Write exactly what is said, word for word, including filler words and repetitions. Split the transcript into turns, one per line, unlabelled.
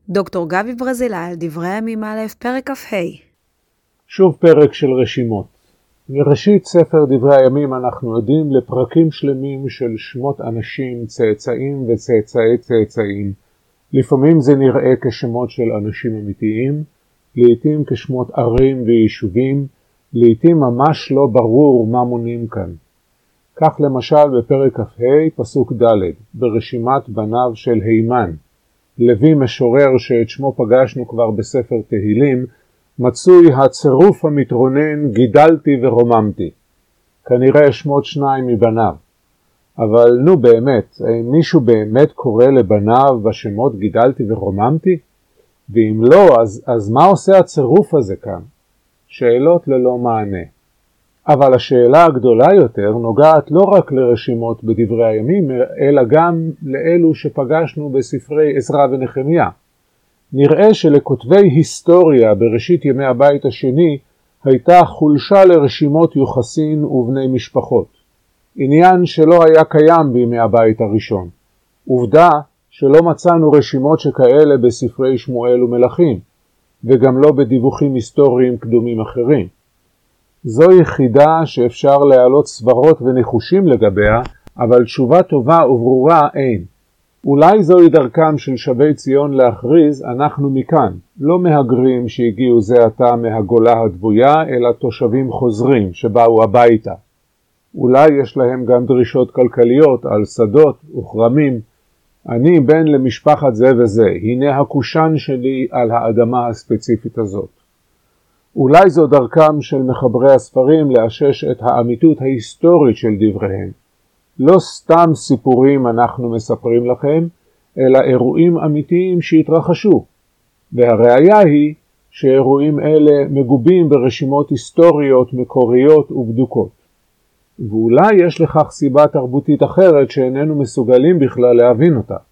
דוקטור גבי ברזילי, דברי הימים א', פרק כ"ה.
שוב פרק של רשימות. מראשית ספר דברי הימים אנחנו עדים לפרקים שלמים של שמות אנשים, צאצאים וצאצאי צאצאים. לפעמים זה נראה כשמות של אנשים אמיתיים, לעתים כשמות ערים ויישובים, לעתים ממש לא ברור מה מונים כאן. כך למשל בפרק כ"ה פסוק ד' ברשימת בניו של הימן. לוי משורר שאת שמו פגשנו כבר בספר תהילים, מצוי הצירוף המתרונן גידלתי ורוממתי. כנראה שמות שניים מבניו. אבל נו באמת, מישהו באמת קורא לבניו בשמות גידלתי ורוממתי? ואם לא, אז, אז מה עושה הצירוף הזה כאן? שאלות ללא מענה. אבל השאלה הגדולה יותר נוגעת לא רק לרשימות בדברי הימים, אלא גם לאלו שפגשנו בספרי עזרא ונחמיה. נראה שלכותבי היסטוריה בראשית ימי הבית השני הייתה חולשה לרשימות יוחסין ובני משפחות. עניין שלא היה קיים בימי הבית הראשון. עובדה שלא מצאנו רשימות שכאלה בספרי שמואל ומלכים, וגם לא בדיווחים היסטוריים קדומים אחרים. זו יחידה שאפשר להעלות סברות וניחושים לגביה, אבל תשובה טובה וברורה אין. אולי זוהי דרכם של שבי ציון להכריז, אנחנו מכאן, לא מהגרים שהגיעו זה עתה מהגולה הדבויה, אלא תושבים חוזרים שבאו הביתה. אולי יש להם גם דרישות כלכליות על שדות וכרמים. אני בן למשפחת זה וזה, הנה הקושן שלי על האדמה הספציפית הזאת. אולי זו דרכם של מחברי הספרים לאשש את האמיתות ההיסטורית של דבריהם. לא סתם סיפורים אנחנו מספרים לכם, אלא אירועים אמיתיים שהתרחשו. והראיה היא שאירועים אלה מגובים ברשימות היסטוריות מקוריות ובדוקות. ואולי יש לכך סיבה תרבותית אחרת שאיננו מסוגלים בכלל להבין אותה.